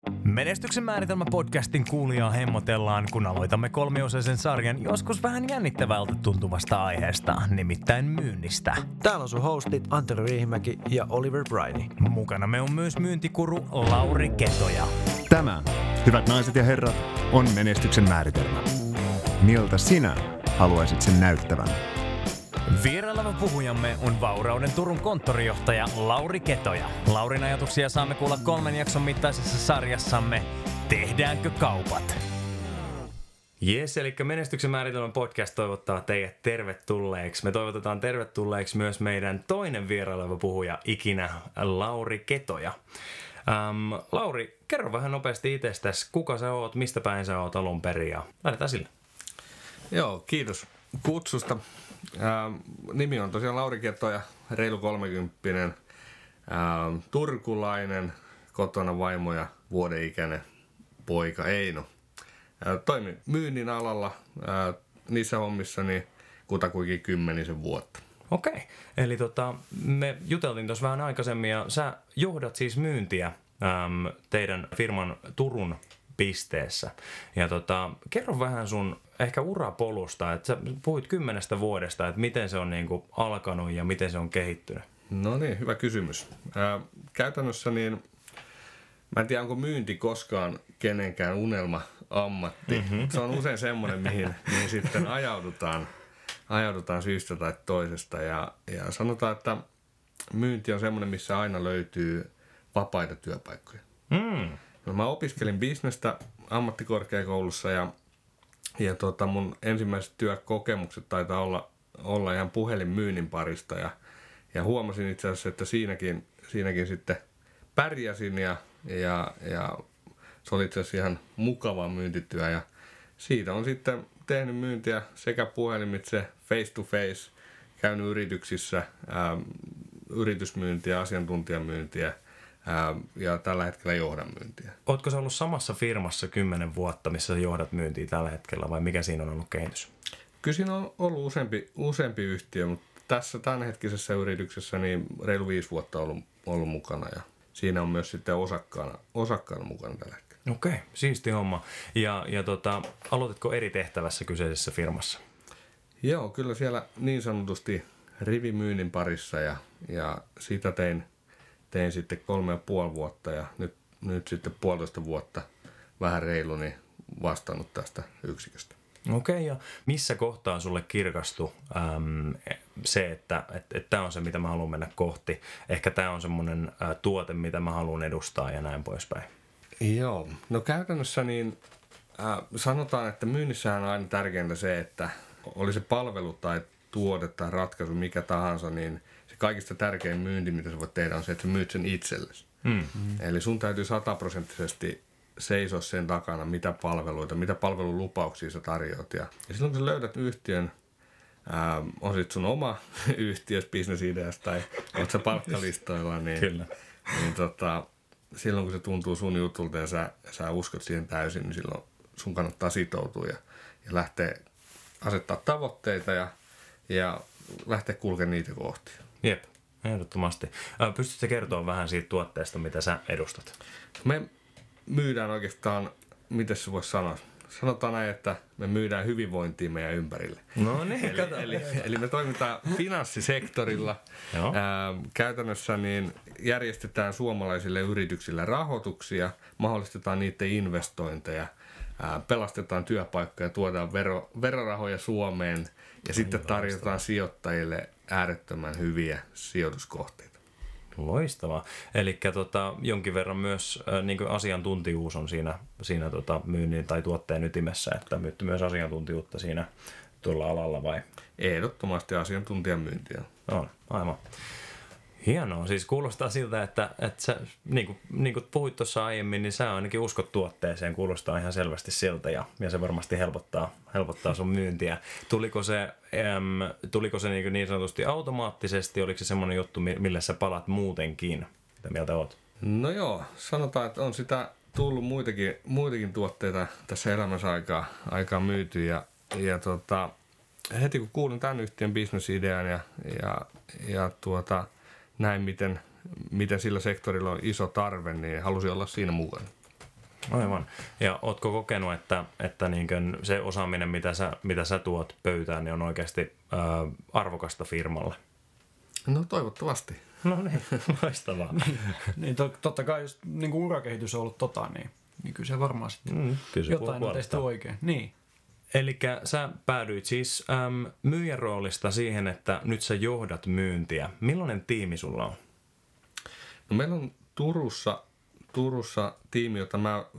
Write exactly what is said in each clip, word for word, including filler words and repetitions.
Menestyksen määritelmä podcastin kuulijaa hemmotellaan, kun aloitamme kolmiosaisen sarjan joskus vähän jännittävältä tuntuvasta aiheesta, nimittäin myynnistä. Täällä on sun hostit Antero Riihimäki ja Oliver Briney. Mukana me on myös myyntikuru Lauri Ketoja. Tämä, hyvät naiset ja herrat, on menestyksen määritelmä. Miltä sinä haluaisit sen näyttävän? Vieraileva puhujamme on Vaurauden Turun konttorijohtaja Lauri Ketoja. Laurin ajatuksia saamme kuulla kolmen jakson mittaisessa sarjassamme Tehdäänkö kaupat? Jes, eli Menestyksen määritelmän podcast toivottaa teidät tervetulleeksi. Me toivotetaan tervetulleeksi myös meidän toinen vieraileva puhuja ikinä, Lauri Ketoja. Ähm, Lauri, kerro vähän nopeasti itsestäsi, kuka sä oot, mistä päin sä oot alun perin ja lähdetään sille. Joo, kiitos kutsusta. Ää, nimi on tosiaan Lauri Ketoja, reilu kolmekymppinen, ää, turkulainen, kotona vaimo ja vuoden ikäinen poika Eino. Ää, toimin myynnin alalla ää, niissä hommissani kutakuinkin kymmenisen vuotta. Okei, eli tota, me juteltiin tuossa vähän aikaisemmin ja sä johdat siis myyntiä äm, teidän firman Turun pisteessä. Ja tota, kerro vähän sun ehkä urapolusta, että sä puhuit kymmenestä vuodesta, että miten se on niinku alkanut ja miten se on kehittynyt. No niin, hyvä kysymys. Ää, käytännössä niin, mä en tiedä onko myynti koskaan kenenkään unelma-ammatti. Mm-hmm. Se on usein semmoinen, mihin, mihin sitten ajaudutaan, ajaudutaan syystä tai toisesta. Ja, ja sanotaan, että myynti on semmoinen, missä aina löytyy vapaita työpaikkoja. Mm. No, mä opiskelin bisnestä ammattikorkeakoulussa ja, ja tota mun ensimmäiset työkokemukset taitaa olla, olla ihan puhelinmyynnin parista ja, ja huomasin itse asiassa, että siinäkin, siinäkin sitten pärjäsin ja, ja, ja se oli itse asiassa ihan mukava myyntityö ja siitä on sitten tehnyt myyntiä sekä puhelimitse face to face, käynyt yrityksissä, ää, yritysmyyntiä, asiantuntijamyyntiä, Ää, ja tällä hetkellä johdan myyntiä. Ootko sä ollut samassa firmassa kymmenen vuotta, missä sä johdat myyntiä tällä hetkellä vai mikä siinä on ollut kehitys? Kyllä siinä on ollut useampi, useampi yhtiö, mutta tässä tämänhetkisessä yrityksessä niin reilu viisi vuotta ollut, ollut mukana ja siinä on myös sitten osakkaana, osakkaana mukana tällä hetkellä. Okei, siisti homma. Ja, ja tota, aloititko eri tehtävässä kyseisessä firmassa? Joo, kyllä siellä niin sanotusti rivimyynnin parissa ja, ja siitä tein Tein sitten kolme ja puoli vuotta ja nyt, nyt sitten puolitoista vuotta vähän reilu niin vastannut tästä yksiköstä. Okei, ja missä kohtaa sulle kirkastui äm, se, että että että tämä on se, mitä mä haluan mennä kohti? Ehkä tämä on semmoinen ä, tuote, mitä mä haluan edustaa ja näin poispäin. Joo, no käytännössä niin äh, sanotaan, että myynnissähän on aina tärkeintä se, että oli se palvelu tai tuote tai ratkaisu mikä tahansa, niin kaikista tärkein myynti, mitä sä voit tehdä, on se, että sä myyt sen itsellesi. Mm. Mm. Eli sun täytyy sataprosenttisesti seisoa sen takana, mitä palveluita, mitä palvelulupauksia sä tarjoat. Ja, ja silloin kun sä löydät yhtiön, ää, on sit sun oma yhtiös bisnesideasta tai oot sä palkkalistoilla, niin, Kyllä. niin tota, silloin kun se tuntuu sun jutulta ja sä, sä uskot siihen täysin, niin silloin sun kannattaa sitoutua ja, ja lähteä asettaa tavoitteita ja, ja lähteä kulkemaan niitä kohti. Jep, ehdottomasti. Pystytkö kertoa vähän siitä tuotteesta, mitä sä edustat? Me myydään oikeastaan, miten se voisi sanoa? Sanotaan näin, että me myydään hyvinvointia meidän ympärille. No niin, eli, eli, eli me toimitaan finanssisektorilla. Ää, käytännössä niin järjestetään suomalaisille yrityksille rahoituksia, mahdollistetaan niiden investointeja, ää, pelastetaan työpaikkoja, tuodaan vero, verorahoja Suomeen ja no, sitten tarjotaan sijoittajille äärettömän hyviä sijoituskohteita. Loistavaa. Eli tota, jonkin verran myös äh, niin asiantuntijuus on siinä, siinä tota, myynnin tai tuotteen ytimessä, että myytty myös asiantuntijuutta siinä tuolla alalla vai? Ehdottomasti asiantuntijamyyntiä. On, aivan. Hienoa. Siis kuulostaa siltä, että, että sä, niin kuin, niin kuin puhuit tuossa aiemmin, niin sä ainakin uskot tuotteeseen. Kuulostaa ihan selvästi siltä ja, ja se varmasti helpottaa, helpottaa sun myyntiä. Tuliko se, äm, tuliko se niin, niin sanotusti automaattisesti? Oliko se semmoinen juttu, millä sä palat muutenkin? Mitä mieltä oot? No joo, sanotaan, että on sitä tullut muitakin, muitakin tuotteita tässä elämässä aikaa, aikaa myyty ja, ja tota, heti kun kuulin tämän yhtiön bisnesidean ja, ja, ja tuota, näin, miten, miten sillä sektorilla on iso tarve, niin halusin olla siinä mukana. Aivan. Ja ootko kokenut, että, että niin se osaaminen, mitä sä, mitä sä tuot pöytään, niin on oikeasti ää, arvokasta firmalle? No toivottavasti. No niin, loistavaa. niin, niin to, totta kai jos niin kuin urakehitys on ollut tota, niin, niin kyllä se varmaan sitten mm, kyllä se jotain on tehty oikein. Niin. Eli sä päädyit siis äm, myyjän roolista siihen, että nyt sä johdat myyntiä. Millainen tiimi sulla on? No meillä on Turussa, Turussa tiimi, jota mä äh,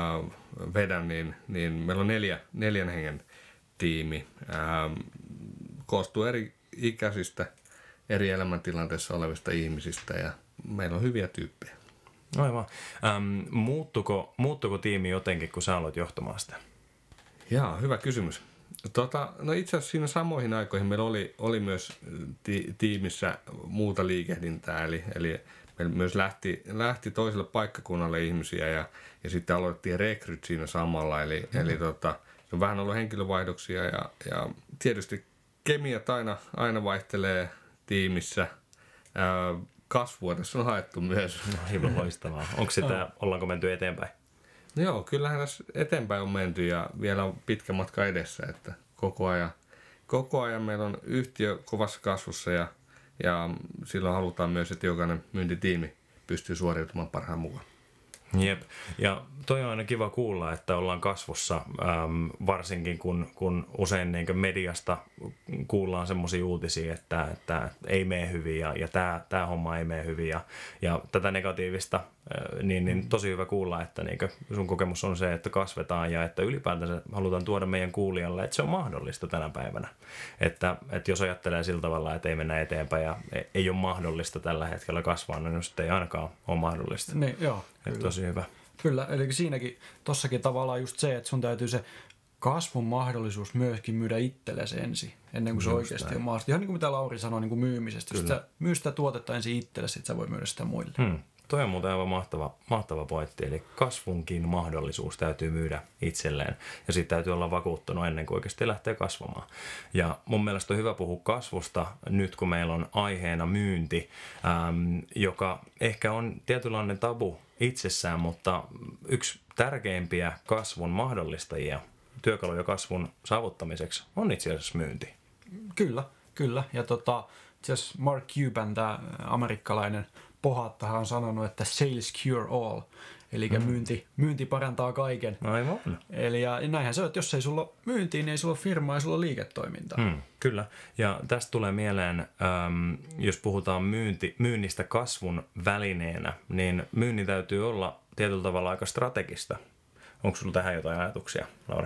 vedän, niin, niin meillä on neljä, neljän hengen tiimi. Ähm, koostuu eri ikäisistä, eri elämäntilanteissa olevista ihmisistä ja meillä on hyviä tyyppejä. Aivan. Ähm, muuttuko, muuttuko tiimi jotenkin, kun sä aloit johtamaan sitä? Jaa, hyvä kysymys. Tota, no itse asiassa siinä samoihin aikoihin meillä oli, oli myös ti- tiimissä muuta liikehdintää, eli, eli meillä myös lähti, lähti toiselle paikkakunnalle ihmisiä ja, ja sitten aloitettiin rekryt siinä samalla, eli, mm. eli tota, on vähän ollut henkilövaihdoksia ja, ja tietysti kemiat aina, aina vaihtelee tiimissä. Ää, kasvua tässä on haettu myös. No, hieman loistavaa. Onko sitä, ollaanko menty eteenpäin? No joo, kyllähän tässä eteenpäin on menty ja vielä on pitkä matka edessä, että koko ajan, koko ajan meillä on yhtiö kovassa kasvussa ja, ja silloin halutaan myös, että jokainen myyntitiimi pystyy suoriutumaan parhaan mukaan. Jep. Ja toi on aina kiva kuulla, että ollaan kasvussa, äm, varsinkin kun, kun usein niin mediasta kuullaan semmoisia uutisia, että, että ei mene hyvin ja, ja tämä, tämä homma ei mene hyvin ja, ja tätä negatiivista, äh, niin, niin tosi hyvä kuulla, että niin sun kokemus on se, että kasvetaan ja että ylipäätään halutaan tuoda meidän kuulijalle, että se on mahdollista tänä päivänä. Että, että jos ajattelee sillä tavalla, että ei mennä eteenpäin ja ei ole mahdollista tällä hetkellä kasvaa, niin sitten ei ainakaan ole mahdollista. Niin, joo. Että tosi hyvä. Kyllä, eli siinäkin, tossakin tavallaan just se, että sun täytyy se kasvun mahdollisuus myöskin myydä itsellesi ensin, ennen kuin se just oikeasti näin on mahdollista. Ihan niin kuin mitä Lauri sanoi niin kuin myymisestä. Jos sä myy sitä tuotetta ensin itsellesi, että sä voi myydä sitä muille. Hmm. Toi on muuten aivan mahtava, mahtava pointti, eli kasvunkin mahdollisuus täytyy myydä itselleen ja siitä täytyy olla vakuuttunut ennen kuin oikeasti lähtee kasvamaan. Ja mun mielestä on hyvä puhua kasvusta nyt, kun meillä on aiheena myynti, äm, joka ehkä on tietynlainen tabu itsessään, mutta yksi tärkeimpiä kasvun mahdollistajia työkaluja kasvun saavuttamiseksi on itse asiassa myynti. Kyllä, kyllä. Ja tota, itse asiassa Mark Cuban, tämä amerikkalainen pohattaja, on sanonut, että sales cure all. Eli mm. myynti, myynti parantaa kaiken. Aivan. Eli ja näinhän se on, että jos ei sulla ole myyntiä, niin ei sulla ole firmaa, ei sulla ole liiketoimintaa. Mm, kyllä. Ja tästä tulee mieleen, äm, jos puhutaan myynti, myynnistä kasvun välineenä, niin myynnin täytyy olla tietyllä tavalla aika strategista. Onko sulla tähän jotain ajatuksia, Lauri?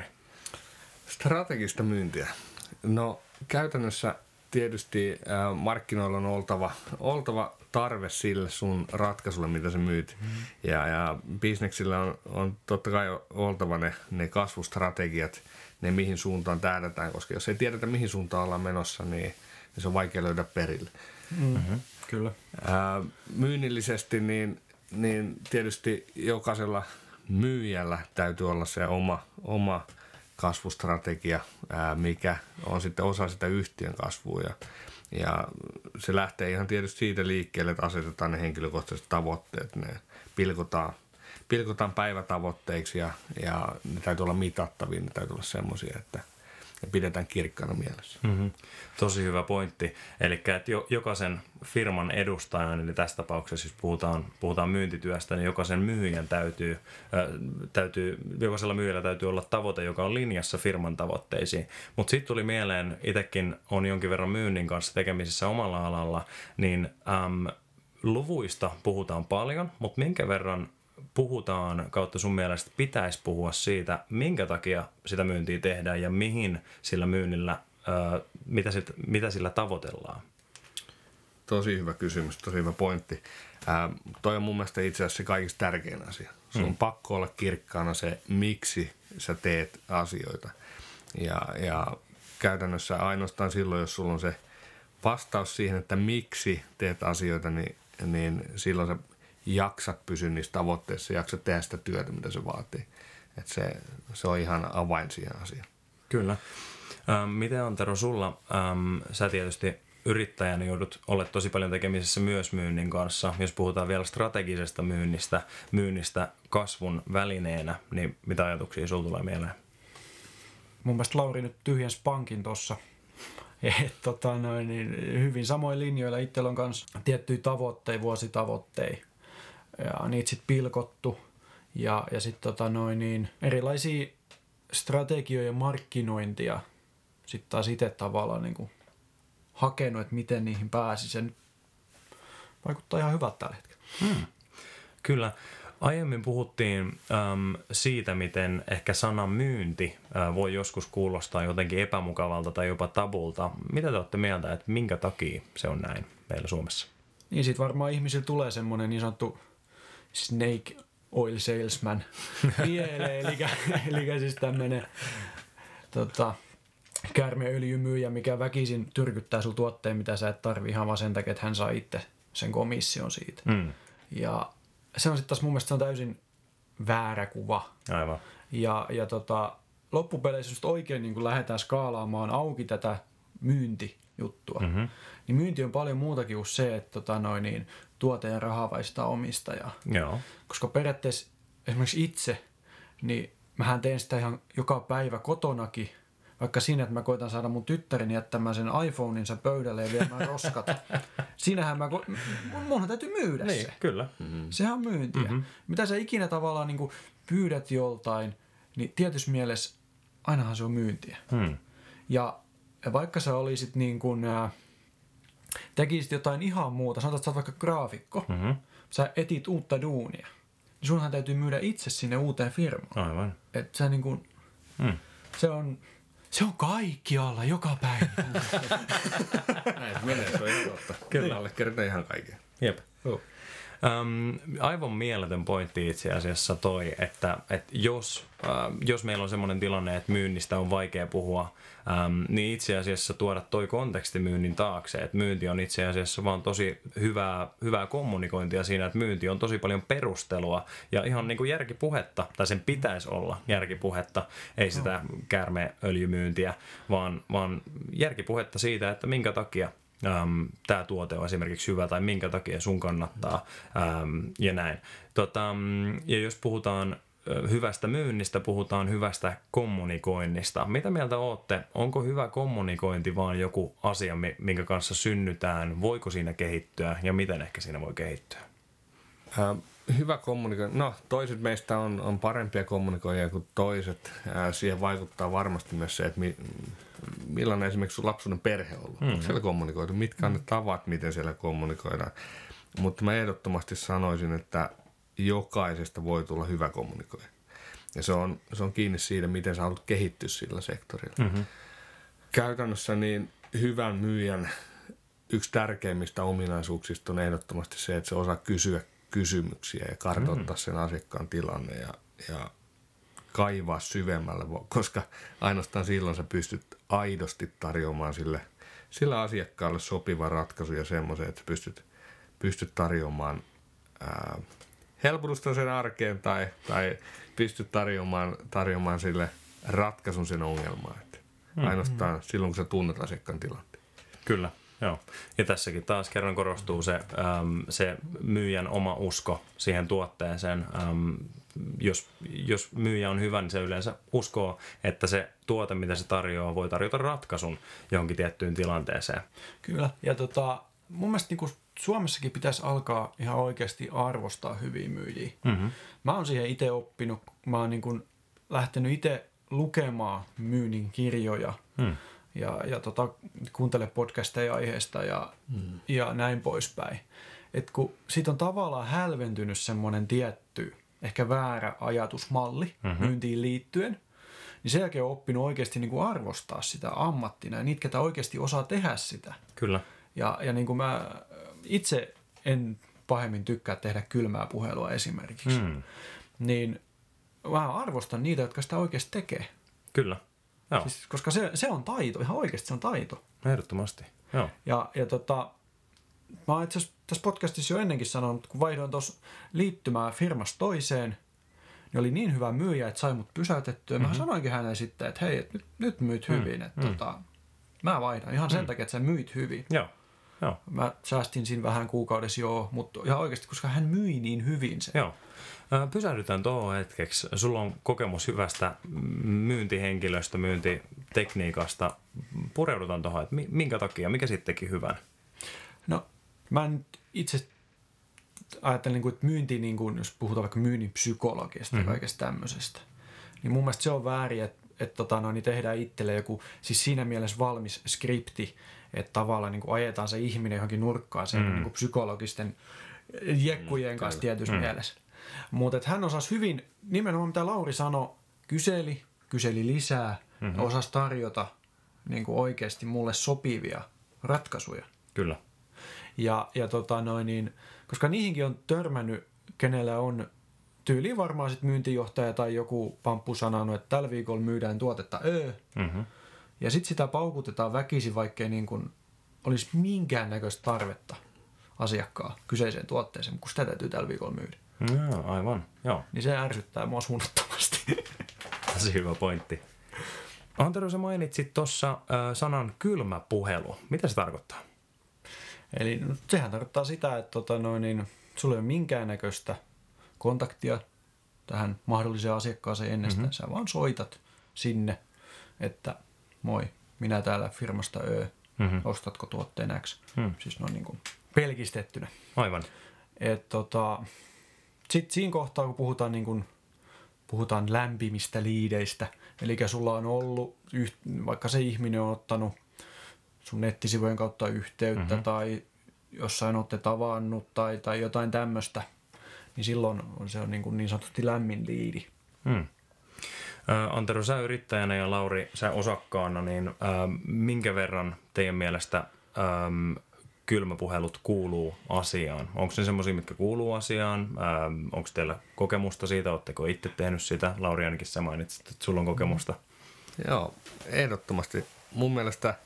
Strategista myyntiä. No käytännössä tietysti äh, markkinoilla on oltava, oltava tarve sille sun ratkaisulle, mitä sä myyt. Mm-hmm. Ja, ja bisneksillä on, on totta kai oltava ne, ne kasvustrategiat, ne mihin suuntaan tähdätään, koska jos ei tiedetä mihin suuntaan ollaan menossa, niin, niin se on vaikea löydä perille. Mm-hmm. Kyllä. Ää, myynnillisesti niin, niin tietysti jokaisella myyjällä täytyy olla se oma, oma kasvustrategia, ää, mikä on sitten osa sitä yhtiön kasvua. Ja, ja se lähtee ihan tietysti siitä liikkeelle, että asetetaan ne henkilökohtaiset tavoitteet, ne pilkotaan, pilkotaan päivätavoitteiksi ja, ja ne täytyy olla mitattavia, ne täytyy olla semmoisia, että ne pidetään kirkkaana mielessä. Mm-hmm. Tosi hyvä pointti. Eli että jo, jokaisen firman edustajan, eli tässä tapauksessa jos puhutaan, puhutaan myyntityöstä, niin jokaisen myyjän täytyy, äh, täytyy, jokaisella myyjällä täytyy olla tavoite, joka on linjassa firman tavoitteisiin. Mutta sitten tuli mieleen, itsekin on jonkin verran myynnin kanssa tekemisissä omalla alalla, niin äm, luvuista puhutaan paljon, mutta minkä verran puhutaan kautta sun mielestä pitäisi puhua siitä, minkä takia sitä myyntiä tehdään ja mihin sillä myynnillä, ää, mitä, sit, mitä sillä tavoitellaan? Tosi hyvä kysymys, tosi hyvä pointti. Ää, toi on mun mielestä itse asiassa se kaikista tärkein asia. Sun on mm. pakko olla kirkkaana se, miksi sä teet asioita. Ja, ja käytännössä ainoastaan silloin, jos sulla on se vastaus siihen, että miksi teet asioita, niin, niin silloin sä jaksat pysyä niissä tavoitteissa, jaksat tehdä sitä työtä, mitä se vaatii. Et se, se on ihan avain siihen asiaan. Kyllä. Ähm, miten Antero sulla, ähm, sä tietysti yrittäjänä joudut olemaan tosi paljon tekemisissä myös myynnin kanssa. Jos puhutaan vielä strategisesta myynnistä, myynnistä kasvun välineenä, niin mitä ajatuksia sinulla tulee mieleen? Mun mielestä Lauri nyt tyhjensi pankin tossa. Tota noin, niin hyvin samoin linjoilla itsellä on kanssa tiettyjä tavoitteita, vuositavoitteita. Ja niitä sitten pilkottu. Ja, ja sitten tota noin, niin erilaisia strategioiden markkinointia sitten taas itse tavallaan niin kuin hakenut, että miten niihin pääsi. Se vaikuttaa ihan hyvältä tällä hetkellä. Hmm. Kyllä. Aiemmin puhuttiin äm, siitä, miten ehkä sana myynti ä, voi joskus kuulostaa jotenkin epämukavalta tai jopa tabulta. Mitä te olette mieltä, että minkä takia se on näin meillä Suomessa? Niin sit varmaan ihmisillä tulee semmoinen niin sanottu snake oil salesman mieleen, eli, eli siis tämmöinen tota, käärmeöljymyyjä, mikä väkisin tyrkyttää sun tuotteen, mitä sä et tarvii ihan vaan sen takia, että hän saa itse sen komission siitä. Mm. Ja se on sitten taas mun mielestä se on täysin väärä kuva. Aivan. Ja, ja tota, loppupeleissä just oikein niin kun lähdetään skaalaamaan auki tätä myyntijuttua, mm-hmm. niin myynti on paljon muutakin kuin se, että tota, noin, niin, tuote ja raha vaistaa omistajaa. Joo. Koska periaatteessa esimerkiksi itse, niin mähän teen sitä ihan joka päivä kotonakin, vaikka siinä, että mä koitan saada mun tyttäreni jättämään sen iPhoneinsa pöydälle ja viemään roskat. Siinähän mä, ko- munhan täytyy myydä niin, se. Kyllä. Mm-hmm. Sehän on myyntiä. Mm-hmm. Mitä sä ikinä tavallaan niin kuin pyydät joltain, niin tietyssä mielessä ainahan se on myyntiä. Mm. Ja vaikka sä olisit niin kuin, äh, tekisit jotain ihan muuta, sanotaan, että sä oot vaikka graafikko, mm-hmm. sä etit uutta duunia, niin sunhan täytyy myydä itse sinne uuteen firmaan. Aivan. Että sä niin kuin, mm. se on... Se on kaikkialla, joka päivä. Näin menee, se on ihan totta. Kyllä allekirjoitan ihan kaiken. Jep. Oh. Um, aivan mieletön pointti itse asiassa toi, että, että jos, uh, jos meillä on semmoinen tilanne, että myynnistä on vaikea puhua, um, niin itse asiassa tuoda toi konteksti myynnin taakse, että myynti on itse asiassa vaan tosi hyvää, hyvää kommunikointia siinä, että myynti on tosi paljon perustelua ja ihan niin kuin järkipuhetta, tai sen pitäisi olla järkipuhetta, ei sitä käärmeöljymyyntiä, vaan, vaan järkipuhetta siitä, että minkä takia Ähm, tämä tuote on esimerkiksi hyvä tai minkä takia sun kannattaa ähm, ja näin. Tota, ja jos puhutaan äh, hyvästä myynnistä, puhutaan hyvästä kommunikoinnista. Mitä mieltä ootte? Onko hyvä kommunikointi vaan joku asia, minkä kanssa synnytään? Voiko siinä kehittyä ja miten ehkä siinä voi kehittyä? Äh, hyvä kommunikointi. No, toiset meistä on, on parempia kommunikoijia kuin toiset. Äh, siihen vaikuttaa varmasti myös se, että mi- millainen esimerkiksi sun lapsuuden perhe on ollut. Mm-hmm. Onko siellä kommunikoitu? Mitkä on ne tavat, miten siellä kommunikoidaan? Mutta mä ehdottomasti sanoisin, että jokaisesta voi tulla hyvä kommunikoija. Ja se on, se on kiinni siitä, miten sä haluat kehittyä sillä sektorilla. Mm-hmm. Käytännössä niin hyvän myyjän yksi tärkeimmistä ominaisuuksista on ehdottomasti se, että se osaa kysyä kysymyksiä ja kartoittaa mm-hmm. sen asiakkaan tilanne ja, ja kaivaa syvemmälle, koska ainoastaan silloin sä pystyt aidosti tarjoamaan sille, sille asiakkaalle sopivan ratkaisun ja semmoisen, että pystyt, pystyt tarjoamaan ää, helpotusta sen arkeen tai, tai pystyt tarjoamaan, tarjoamaan sille ratkaisun sen ongelmaan. Että mm-hmm. ainoastaan silloin, kun sä tunnet asiakkaan tilanteen. Kyllä. Joo. Ja tässäkin taas kerran korostuu se, äm, se myyjän oma usko siihen tuotteeseen. Äm, jos, jos myyjä on hyvä, niin se yleensä uskoo, että se tuote, mitä se tarjoaa, voi tarjota ratkaisun johonkin tiettyyn tilanteeseen. Kyllä. Ja tota, mun mielestä niin kuin Suomessakin pitäisi alkaa ihan oikeasti arvostaa hyviä myyjiä. Mm-hmm. Mä oon siihen itse oppinut. Mä oon niin kuin lähtenyt itse lukemaan myynnin kirjoja. Mm. Ja, ja tota, kuuntele podcasteja aiheesta ja, mm. ja näin poispäin. Et kun siitä on tavallaan hälventynyt semmoinen tietty, ehkä väärä ajatusmalli mm-hmm. myyntiin liittyen, niin sen jälkeen on oppinut oikeasti niin kuin arvostaa sitä ammattina ja niitä, ketä oikeasti osaa tehdä sitä. Kyllä. Ja, ja niin kuin mä itse en pahemmin tykkää tehdä kylmää puhelua esimerkiksi, mm. niin mä arvostan niitä, jotka sitä oikeasti tekee. Kyllä. Siis, koska se, se on taito, ihan oikeasti se on taito. Ehdottomasti, joo. Ja, ja tota, mä oon itse asiassa tässä podcastissa jo ennenkin sanonut, kun vaihdoin tuossa liittymään firmasta toiseen, niin oli niin hyvä myyjä, että sai mut pysäytettyä. Mm-hmm. Mä sanoinkin hänelle sitten, että hei, et nyt, nyt myyt hyvin. Mm. Että, mm. tota, Mä vaihdan ihan sen mm. takia, että sä myit hyvin. Joo. Joo. Mä säästin siinä vähän kuukaudessa joo, mutta ihan oikeasti, koska hän myi niin hyvin sen. Joo. Pysähdytään tuohon hetkeksi. Sulla on kokemus hyvästä myyntihenkilöstä, myyntitekniikasta. Pureudutaan tuohon, että minkä takia, mikä sitten teki hyvän? No, mä nyt itse ajattelen, että myynti, niin kuin, jos puhutaan vaikka myynnin psykologiasta mm-hmm. ja kaikesta tämmöisestä, niin mun mielestä se on väärin, että, että tota, no, niin tehdään itselle joku, siis siinä mielessä valmis skripti, että tavallaan niin kuin ajetaan se ihminen johonkin nurkkaan sen mm. niin kuin psykologisten jekkujen kanssa tietyssä mm. mielessä. Mutta hän osasi hyvin, nimenomaan mitä Lauri sanoi, kyseli, kyseli lisää, mm-hmm. osasi tarjota niin kuin oikeasti mulle sopivia ratkaisuja. Kyllä. Ja, ja tota noin, niin, koska niihinkin on törmännyt, kenellä on tyyliin varmaan sit myyntijohtaja tai joku pamppu sanonut, että tällä viikolla myydään tuotetta öö. Mm-hmm. Ja sitten sitä paukutetaan väkisin, vaikkei niin kuin olisi minkäännäköistä tarvetta asiakkaan kyseiseen tuotteeseen, kun sitä täytyy tällä viikolla myydä. No, aivan, joo. Niin se ärsyttää mua suunnattomasti. Tosi hyvä pointti. Antero, sä mainitsit tuossa äh, sanan kylmä puhelu. Mitä se tarkoittaa? Eli no, sehän tarkoittaa sitä, että tota, noin, niin, sulla ei ole minkäännäköistä kontaktia tähän mahdolliseen asiakkaaseen ennestään. Mm-hmm. Sä vaan soitat sinne, että moi, minä täällä firmasta Ö, mm-hmm. ostatko tuotteen X? Mm. Siis no niin kuin pelkistettynä. Aivan. Et, tota, sitten siinä kohtaa, kun puhutaan, niin kuin, puhutaan lämpimistä liideistä, eli sulla on ollut, vaikka se ihminen on ottanut sun nettisivujen kautta yhteyttä mm-hmm. tai jossain olette tavannut tai, tai jotain tämmöistä, niin silloin se on niin, kuin niin sanotusti lämmin liidi. Mm. Antero, sä yrittäjänä ja Lauri, sä osakkaana, niin äh, minkä verran teidän mielestä ähm, kylmäpuhelut kuuluu asiaan? Onko ne semmoisia, mitkä kuuluu asiaan? Ähm, onko teillä kokemusta siitä? Oletteko itse tehnyt sitä? Lauri, ainakin sä mainitsit, että sulla on kokemusta. Mm. Joo, ehdottomasti. Mun mielestä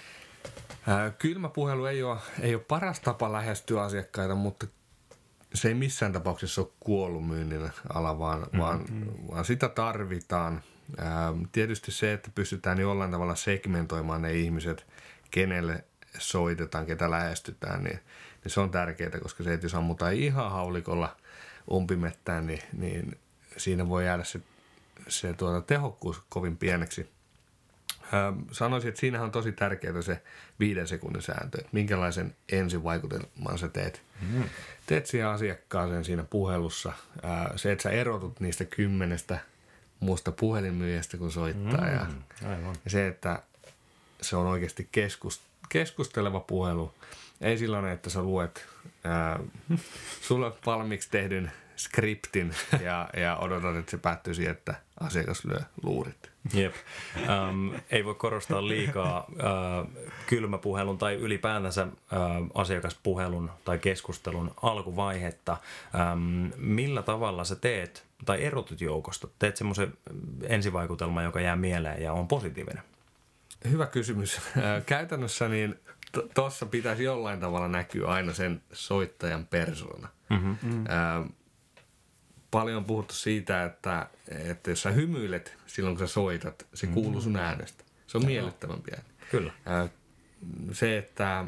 ää, kylmäpuhelu ei ole, ei ole paras tapa lähestyä asiakkaita, mutta se ei missään tapauksessa ole kuollut myynnin ala, vaan, mm-hmm. vaan, vaan sitä tarvitaan. Ää, tietysti se, että pystytään jollain tavalla segmentoimaan ne ihmiset, kenelle soitetaan, ketä lähestytään, niin, niin se on tärkeää, koska se, että jos ammutaan ihan haulikolla umpimettään, niin, niin siinä voi jäädä se, se tuota, tehokkuus kovin pieneksi. Ää, sanoisin, että siinähän on tosi tärkeää se viiden sekunnin sääntö, että minkälaisen ensivaikutelman sä teet. Mm. Teet siihen asiakkaaseen siinä puhelussa. Ää, se, että sä erotut niistä kymmenestä muusta puhelinmyyjästä, kun soittaa. Mm. Ja, ja se, että se on oikeasti keskus, keskusteleva puhelu. Ei silloin, että sä luet ää, sulle valmiiksi tehdyn skriptin ja, ja odotat, että se päättyy siihen, että asiakas lyö luurit. Jep. Um, ei voi korostaa liikaa uh, kylmäpuhelun tai ylipäätänsä uh, asiakaspuhelun tai keskustelun alkuvaihetta. Um, millä tavalla sä teet tai erotut joukosta? Teet semmoisen ensivaikutelman, joka jää mieleen ja on positiivinen? Hyvä kysymys. Käytännössä niin tuossa pitäisi jollain tavalla näkyä aina sen soittajan persoona. Mm-hmm. Mm. Äh, paljon on puhuttu siitä, että, että jos sä hymyilet silloin, kun sä soitat, se kuuluu sun äänestä. Se on miellyttävän pieni. Kyllä. Äh, se, että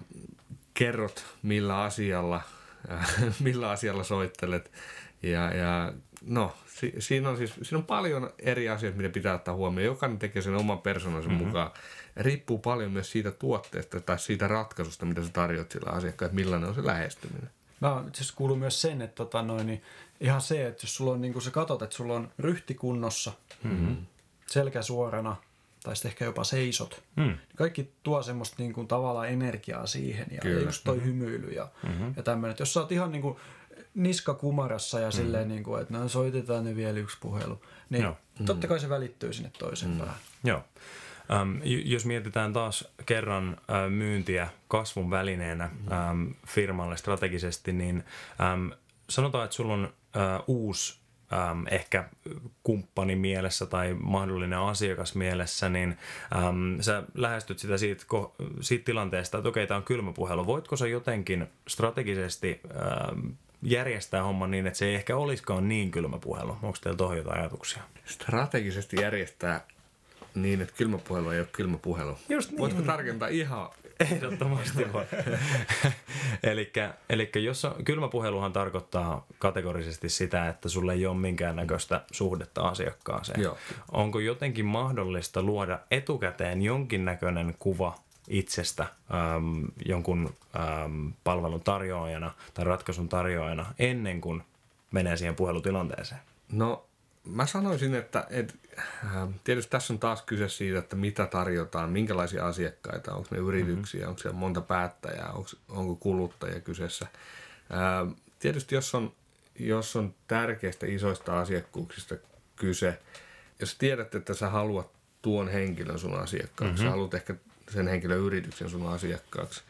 kerrot millä asialla, äh, millä asialla soittelet ja, ja no, si, siinä, on siis, siinä on paljon eri asioita, mitä pitää ottaa huomioon. Jokainen tekee sen oman persoonansa mm-hmm. mukaan. Riippuu paljon myös siitä tuotteesta tai siitä ratkaisusta, mitä sä tarjot sillä asiakkaalle, että millainen on se lähestyminen. No, itse asiassa kuuluu myös sen, että tota noin, niin ihan se, että jos sulla on, niin kuin sä katot, että sulla on ryhti kunnossa, mm-hmm. selkä suorana, tai sitten ehkä jopa seisot, mm. niin kaikki tuo semmoista niin kuin, tavallaan energiaa siihen, ja, ja just toi mm-hmm. hymyily ja, mm-hmm. ja tämmöinen. Jos sä oot ihan niin kuin niska kumarassa ja mm-hmm. silleen, niin kuin, että no, soitetaan ne vielä yksi puhelu, niin no. totta kai se välittyy sinne toiseen mm-hmm. päähän. Joo. Um, jos mietitään taas kerran uh, myyntiä kasvun välineenä um, firmalle strategisesti, niin um, sanotaan, että sulla on uh, uusi um, ehkä kumppani mielessä tai mahdollinen asiakas mielessä, niin um, sä lähestyt sitä siitä, siitä tilanteesta, että okei, tämä on kylmäpuhelu. Voitko sä jotenkin strategisesti um, järjestää homman niin, että se ei ehkä olisikaan niin kylmäpuhelu? Onko teillä tuohon jotain ajatuksia? Strategisesti järjestää Niin, että kylmä puhelu ei ole kylmä puhelu. Just niin. Voitko tarkentaa ihan... Ehdottomasti voi. elikkä, elikkä jos on, kylmäpuheluhan tarkoittaa kategorisesti sitä, että sulle ei ole minkäännäköistä suhdetta asiakkaaseen. Joo. Onko jotenkin mahdollista luoda etukäteen jonkinnäköinen kuva itsestä äm, jonkun äm, palvelun tarjoajana tai ratkaisun tarjoajana ennen kuin menee siihen puhelutilanteeseen? No, mä sanoisin, että et, äh, tietysti tässä on taas kyse siitä, että mitä tarjotaan, minkälaisia asiakkaita, onko ne yrityksiä, mm-hmm. onko siellä monta päättäjää, onko, onko kuluttajia kyseessä. Äh, tietysti jos on, jos on tärkeistä isoista asiakkuuksista kyse, jos tiedät, että sä haluat tuon henkilön sun asiakkaaksi, mm-hmm. sä haluat ehkä sen henkilön yrityksen sun asiakkaaksi,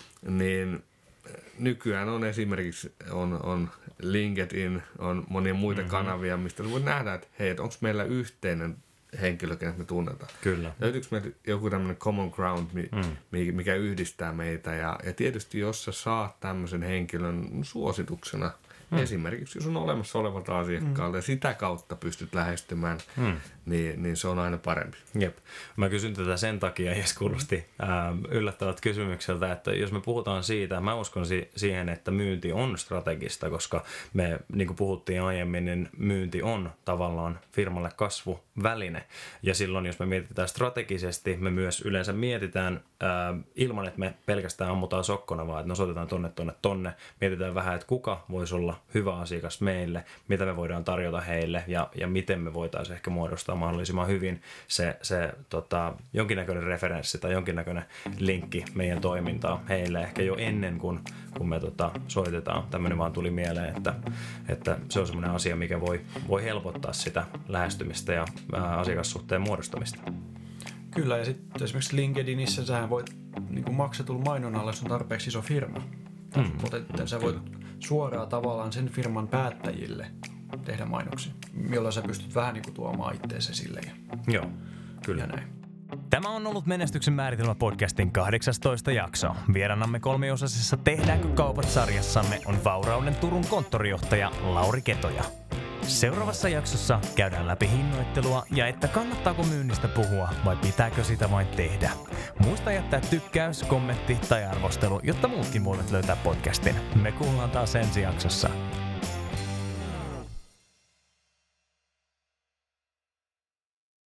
niin nykyään on esimerkiksi on, on LinkedIn, on monia muita mm-hmm. kanavia, mistä voit nähdä, että hei, onko meillä yhteinen henkilö, kenet me tunnetaan. Kyllä. Löytyykö meillä joku tämmöinen common ground, mi, mm. mikä yhdistää meitä. Ja, ja tietysti jos sä saat tämmöisen henkilön suosituksena, mm. esimerkiksi jos on olemassa olevalta asiakkaalta mm. ja sitä kautta pystyt lähestymään, mm. niin, niin se on aina parempi. Jep. Mä kysyn tätä sen takia, jos kuulosti ähm, yllättävät kysymykseltä, että jos me puhutaan siitä, mä uskon si- siihen, että myynti on strategista, koska me, niin kuin puhuttiin aiemmin, niin myynti on tavallaan firmalle kasvuväline. Ja silloin, jos me mietitään strategisesti, me myös yleensä mietitään äh, ilman, että me pelkästään ammutaan sokkona, vaan että no soitetaan tonne, tonne, tonne. Mietitään vähän, että kuka voisi olla hyvä asiakas meille, mitä me voidaan tarjota heille ja, ja miten me voitaisiin ehkä muodostaa mahdollisimman hyvin se, se tota, jonkinnäköinen referenssi tai jonkinnäköinen linkki meidän toimintaa heille ehkä jo ennen kuin kun me tota, soitetaan. Tämmöinen vaan tuli mieleen, että, että se on semmoinen asia, mikä voi, voi helpottaa sitä lähestymistä ja ää, asiakassuhteen muodostamista. Kyllä, ja sitten esimerkiksi LinkedInissä sähän voit niin kuin maksetulla mainonnalla, jos on tarpeeksi iso firma. Mm. Mutta sä voit suoraan tavallaan sen firman päättäjille tehdä mainoksia, jolloin sä pystyt vähän niin kuin tuomaan ittees esille. Ja, Joo, kyllä. Ja näin. Tämä on ollut Menestyksen määritelmä podcastin kahdeksastoista jakso. Vieraanamme kolmiosaisessa Tehdäänkö kaupat -sarjassamme on Vaurauden Turun konttorijohtaja Lauri Ketoja. Seuraavassa jaksossa käydään läpi hinnoittelua ja että kannattaako myynnistä puhua vai pitääkö sitä vain tehdä. Muista jättää tykkäys, kommentti tai arvostelu, jotta muutkin voivat löytää podcastin. Me kuullaan taas ensi jaksossa.